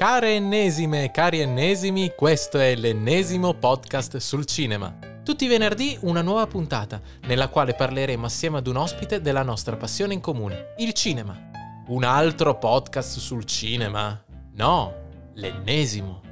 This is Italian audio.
Care ennesime, cari ennesimi, questo è l'ennesimo podcast sul cinema. Tutti i venerdì una nuova puntata, nella quale parleremo assieme ad un ospite della nostra passione in comune, il cinema. Un altro podcast sul cinema? No, l'ennesimo.